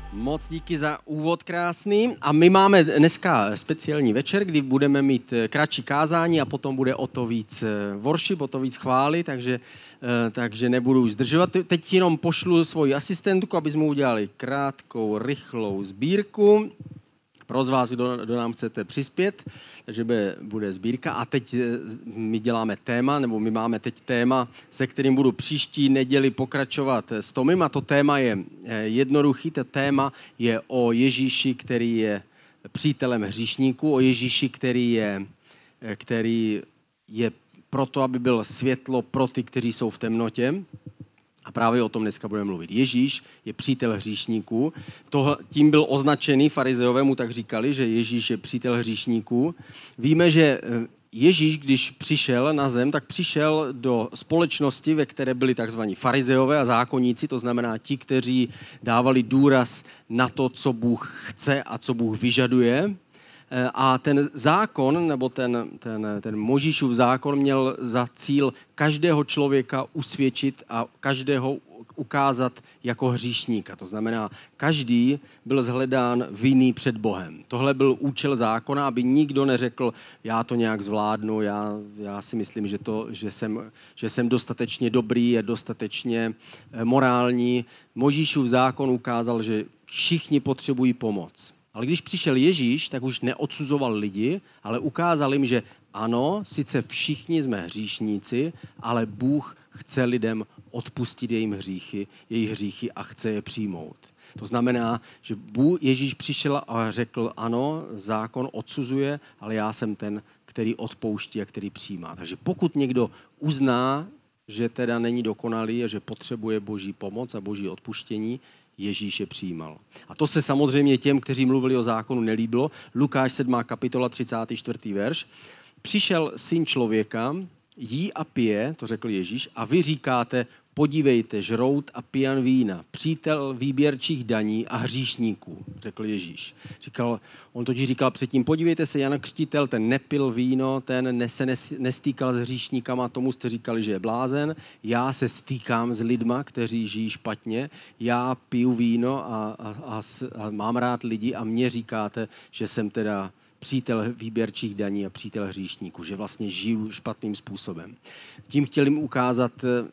Moc díky za úvod krásný. A my máme dneska speciální večer, kdy budeme mít kratší kázání a potom bude o to víc worship, o to víc chvály, takže nebudu už zdržovat. Teď jenom pošlu svoji asistentku, aby jsme udělali krátkou, rychlou sbírku. Pro vás, kdo nám chcete přispět, takže bude sbírka. A teď my děláme téma, nebo my máme teď téma, se kterým budu příští neděli pokračovat s Tomem. A to téma je jednoduchý. To téma je o Ježíši, který je přítelem hříšníků, o Ježíši, který je proto, aby byl světlo pro ty, kteří jsou v temnotě. A právě o tom dneska budeme mluvit. Ježíš je přítel hříšníků. Tím byl označený, farizeové mu tak říkali, že Ježíš je přítel hříšníků. Víme, že Ježíš, když přišel na zem, tak přišel do společnosti, ve které byli takzvaní farizeové a zákonníci, to znamená ti, kteří dávali důraz na to, co Bůh chce a co Bůh vyžaduje. A ten zákon, nebo ten Mojžíšův zákon měl za cíl každého člověka usvědčit a každého ukázat jako hříšníka. To znamená, každý byl shledán vinný před Bohem. Tohle byl účel zákona, aby nikdo neřekl, já to nějak zvládnu, já si myslím, že jsem dostatečně dobrý a dostatečně morální. Mojžíšův zákon ukázal, že všichni potřebují pomoc. Ale když přišel Ježíš, tak už neodsuzoval lidi, ale ukázal jim, že ano, sice všichni jsme hříšníci, ale Bůh chce lidem odpustit jejich hříchy a chce je přijmout. To znamená, že Ježíš přišel a řekl, ano, zákon odsuzuje, ale já jsem ten, který odpouští a který přijímá. Takže pokud někdo uzná, že teda není dokonalý a že potřebuje Boží pomoc a Boží odpuštění, Ježíš je přijímal. A to se samozřejmě těm, kteří mluvili o zákonu, nelíbilo. Lukáš 7. kapitola 34. verš. Přišel syn člověka, jí a pije, to řekl Ježíš, a vy říkáte, podívejte, žrout a pijan vína, přítel výběrčích daní a hříšníků, řekl Ježíš. On totiž říkal předtím, podívejte se, Jan Křtitel, ten nepil víno, ten se nestýkal s hříšníkama, tomu jste říkali, že je blázen. Já se stýkám s lidma, kteří žijí špatně, já piju víno a mám rád lidi a mně říkáte, že jsem teda přítel výběrčích daní a přítel hříšníků, že vlastně žiju špatným způsobem. Tím chtěli mu ukázat,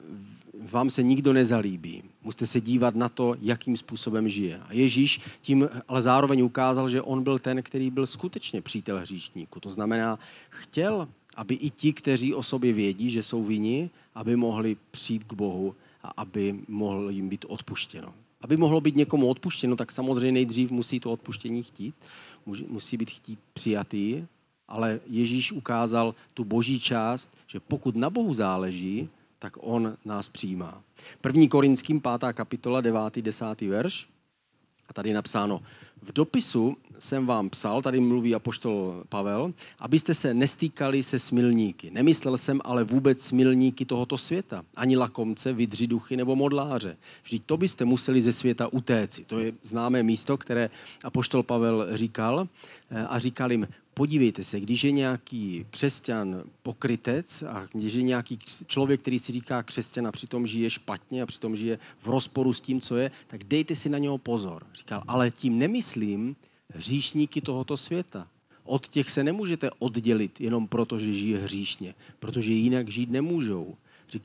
vám se nikdo nezalíbí. Musíte se dívat na to, jakým způsobem žije. A Ježíš tím ale zároveň ukázal, že on byl ten, který byl skutečně přítel hříšníků. To znamená, chtěl, aby i ti, kteří o sobě vědí, že jsou vinni, aby mohli přijít k Bohu a aby mohlo jim být odpuštěno. Aby mohlo být někomu odpuštěno, tak samozřejmě nejdřív musí to odpuštění chtít. Musí být chtít přijatý, ale Ježíš ukázal tu boží část, že pokud na Bohu záleží, tak on nás přijímá. 1. Korinským 5. kapitola 9. 10. verš. A tady je napsáno, v dopisu jsem vám psal, tady mluví apoštol Pavel, abyste se nestýkali se smilníky. Nemyslel jsem ale vůbec smilníky tohoto světa, ani lakomce, vydřiduchy nebo modláře. Vždyť to byste museli ze světa utéci. To je známé místo, které apoštol Pavel říkal a říkal jim, podívejte se, když je nějaký křesťan pokrytec a když je nějaký člověk, který si říká křesťan a přitom žije špatně a přitom žije v rozporu s tím, co je, tak dejte si na něho pozor. Říkal, ale tím nemyslím hříšníky tohoto světa. Od těch se nemůžete oddělit jenom proto, že žije hříšně, protože jinak žít nemůžou.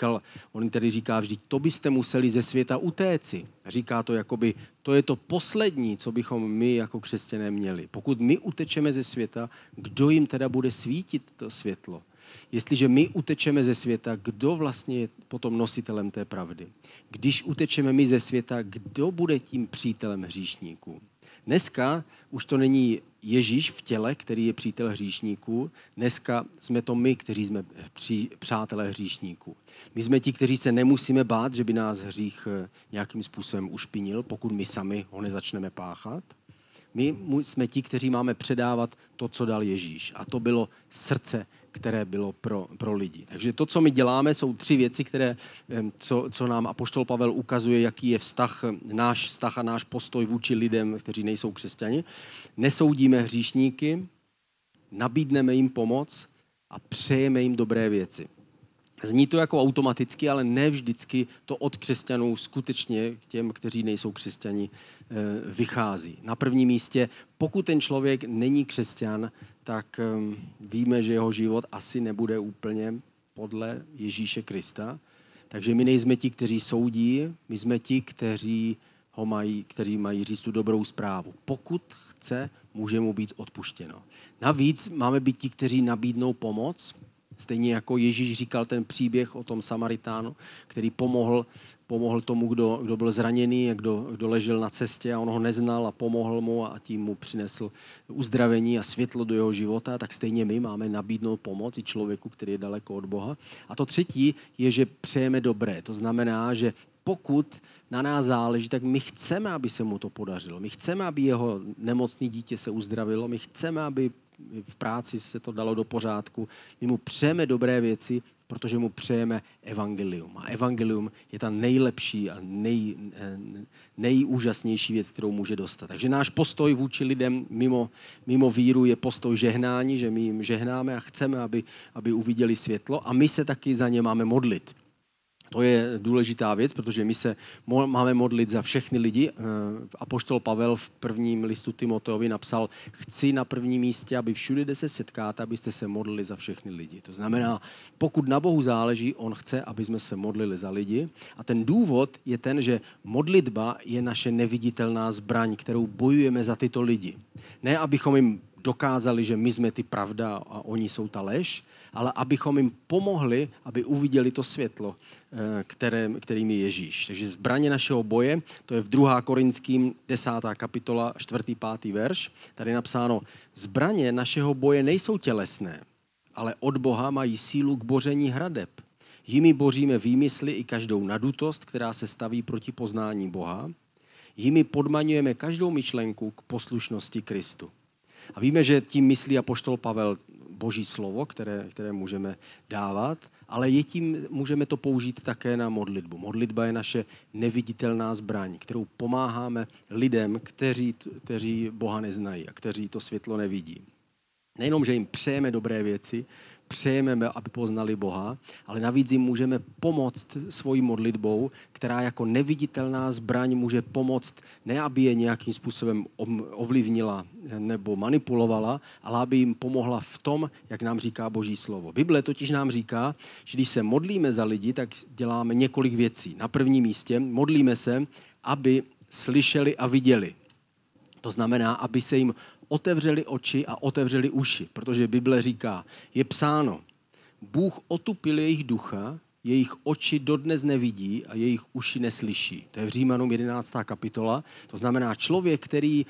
On tedy říká vždyť, to byste museli ze světa utéci. Říká to jakoby, to je to poslední, co bychom my jako křesťané měli. Pokud my utečeme ze světa, kdo jim teda bude svítit to světlo? Jestliže my utečeme ze světa, kdo vlastně je potom nositelem té pravdy? Když utečeme my ze světa, kdo bude tím přítelem hříšníků? Dneska už to není Ježíš v těle, který je přítel hříšníků. Dneska jsme to my, kteří jsme přátelé hříšníků. My jsme ti, kteří se nemusíme bát, že by nás hřích nějakým způsobem ušpinil, pokud my sami ho nezačneme páchat. My jsme ti, kteří máme předávat to, co dal Ježíš. A to bylo srdce, které bylo pro lidi. Takže to, co my děláme, jsou 3 věci, co nám apoštol Pavel ukazuje, jaký je náš vztah a náš postoj vůči lidem, kteří nejsou křesťani. Nesoudíme hříšníky, nabídneme jim pomoc a přejeme jim dobré věci. Zní to jako automaticky, ale ne vždycky to od křesťanů skutečně k těm, kteří nejsou křesťani, vychází. Na prvním místě, pokud ten člověk není křesťan, tak víme, že jeho život asi nebude úplně podle Ježíše Krista. Takže my nejsme ti, kteří soudí, my jsme ti, kteří mají říct tu dobrou zprávu. Pokud chce, může mu být odpuštěno. Navíc máme být ti, kteří nabídnou pomoc, stejně jako Ježíš říkal ten příběh o tom Samaritánu, který pomohl tomu, kdo byl zraněný, kdo ležel na cestě a on ho neznal a pomohl mu a tím mu přinesl uzdravení a světlo do jeho života, tak stejně my máme nabídnout pomoc i člověku, který je daleko od Boha. A to třetí je, že přejeme dobré. To znamená, že pokud na nás záleží, tak my chceme, aby se mu to podařilo. My chceme, aby jeho nemocné dítě se uzdravilo. My chceme, aby v práci se to dalo do pořádku. My mu přejeme dobré věci, protože mu přejeme evangelium. A evangelium je ta nejlepší a nejúžasnější věc, kterou může dostat. Takže náš postoj vůči lidem mimo víru je postoj žehnání, že my jim žehnáme a chceme, aby uviděli světlo a my se taky za ně máme modlit. To je důležitá věc, protože my se máme modlit za všechny lidi. Apoštol Pavel v prvním listu Timoteovi napsal, chci na prvním místě, aby všude, kde se setkáte, abyste se modlili za všechny lidi. To znamená, pokud na Bohu záleží, on chce, aby jsme se modlili za lidi. A ten důvod je ten, že modlitba je naše neviditelná zbraň, kterou bojujeme za tyto lidi. Ne, abychom jim dokázali, že my jsme ty pravda a oni jsou ta lež, ale abychom jim pomohli, aby uviděli to světlo, kterým je Ježíš. Takže zbraně našeho boje, to je v 2. Korinským 10. kapitola 4. 5. verš. Tady je napsáno, zbraně našeho boje nejsou tělesné, ale od Boha mají sílu k boření hradeb. Jimi boříme výmysly i každou nadutost, která se staví proti poznání Boha. Jimi podmaňujeme každou myšlenku k poslušnosti Kristu. A víme, že tím myslí apoštol Pavel Boží slovo, které můžeme dávat, ale můžeme to použít také na modlitbu. Modlitba je naše neviditelná zbraň, kterou pomáháme lidem, kteří Boha neznají a kteří to světlo nevidí. Nejenom, že jim přejeme dobré věci, přejeme, aby poznali Boha, ale navíc jim můžeme pomoct svojí modlitbou, která jako neviditelná zbraň může pomoct, ne aby je nějakým způsobem ovlivnila nebo manipulovala, ale aby jim pomohla v tom, jak nám říká Boží slovo. Bible totiž nám říká, že když se modlíme za lidi, tak děláme několik věcí. Na prvním místě modlíme se, aby slyšeli a viděli. To znamená, aby se jim otevřeli oči a otevřeli uši, protože Bible říká, je psáno, Bůh otupil jejich ducha, jejich oči dodnes nevidí a jejich uši neslyší. To je v Římanům 11. kapitola. To znamená, člověk,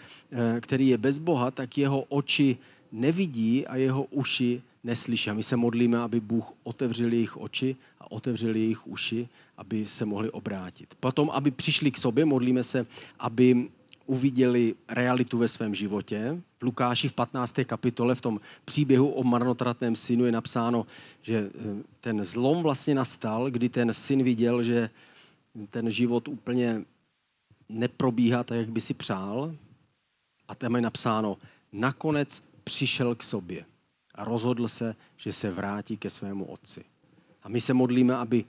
který je bez Boha, tak jeho oči nevidí a jeho uši neslyší. A my se modlíme, aby Bůh otevřel jejich oči a otevřel jejich uši, aby se mohli obrátit. Potom, aby přišli k sobě, modlíme se, aby uviděli realitu ve svém životě. V Lukáši v 15. kapitole v tom příběhu o marnotratném synu je napsáno, že ten zlom vlastně nastal, kdy ten syn viděl, že ten život úplně neprobíhá tak, jak by si přál. A tam je napsáno, nakonec přišel k sobě a rozhodl se, že se vrátí ke svému otci. A my se modlíme, aby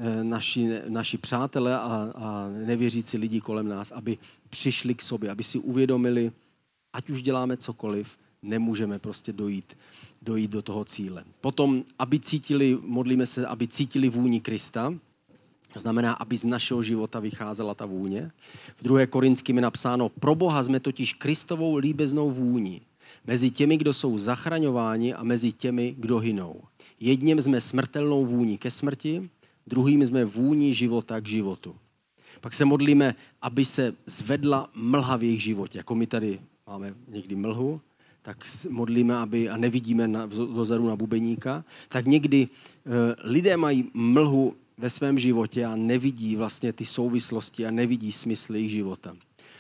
naši přátelé a nevěřící lidi kolem nás, aby přišli k sobě, aby si uvědomili, ať už děláme cokoliv, nemůžeme prostě dojít do toho cíle. Potom, modlíme se, aby cítili vůni Krista, to znamená, aby z našeho života vycházela ta vůně. V 2. Korinským je napsáno, pro Boha jsme totiž Kristovou líbeznou vůní mezi těmi, kdo jsou zachraňováni a mezi těmi, kdo hynou. Jedním jsme smrtelnou vůní ke smrti, druhým jsme vůní života k životu. Pak se modlíme, aby se zvedla mlha v jejich životě. Jako my tady máme někdy mlhu, tak modlíme, a nevidíme dozadu na bubeníka, tak někdy lidé mají mlhu ve svém životě a nevidí vlastně ty souvislosti a nevidí smysl jejich života.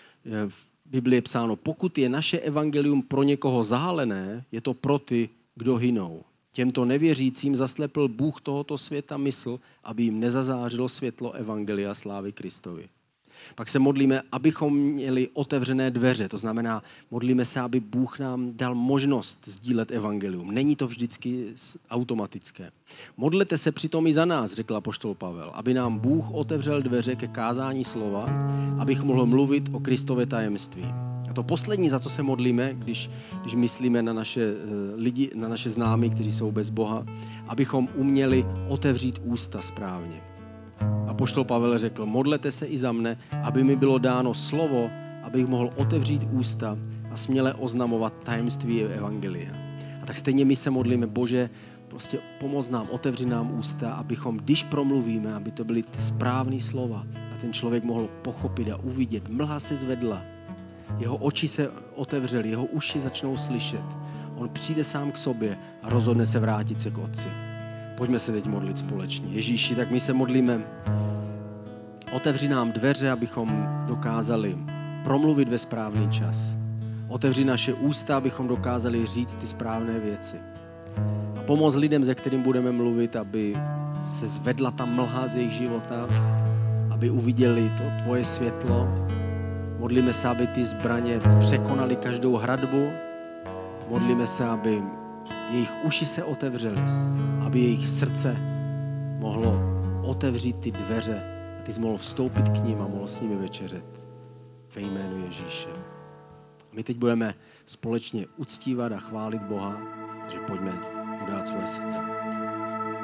V Biblii je psáno, pokud je naše evangelium pro někoho zahalené, je to pro ty, kdo hynou. Těmto nevěřícím zaslepil Bůh tohoto světa mysl, aby jim nezazářilo světlo evangelia slávy Kristovi. Pak se modlíme, abychom měli otevřené dveře. To znamená, modlíme se, aby Bůh nám dal možnost sdílet evangelium. Není to vždycky automatické. Modlete se přitom i za nás, řekl apoštol Pavel, aby nám Bůh otevřel dveře ke kázání slova, abych mohl mluvit o Kristově tajemství. A to poslední, za co se modlíme, když myslíme na naše lidi, na naše známí, kteří jsou bez Boha, abychom uměli otevřít ústa správně. Apoštol Pavel řekl, modlete se i za mne, aby mi bylo dáno slovo, abych mohl otevřít ústa a směle oznamovat tajemství evangelia. A tak stejně my se modlíme, Bože, prostě pomoz nám, otevři nám ústa, abychom, když promluvíme, aby to byly ty správné slova a ten člověk mohl pochopit a uvidět. Mlha se zvedla, jeho oči se otevřely, jeho uši začnou slyšet. On přijde sám k sobě a rozhodne se vrátit se k Otci. Pojďme se teď modlit společně. Ježíši, tak my se modlíme. Otevři nám dveře, abychom dokázali promluvit ve správný čas. Otevři naše ústa, abychom dokázali říct ty správné věci. A pomoz lidem, se kterým budeme mluvit, aby se zvedla ta mlha z jejich života, aby uviděli to tvoje světlo. Modlíme se, aby ty zbraně překonaly každou hradbu. Modlíme se, aby jejich uši se otevřely, aby jejich srdce mohlo otevřít ty dveře a ty jsi mohl vstoupit k ním a mohl s nimi večeřet. Ve jménu Ježíše. My teď budeme společně uctívat a chválit Boha, takže pojďme mu dát svoje srdce.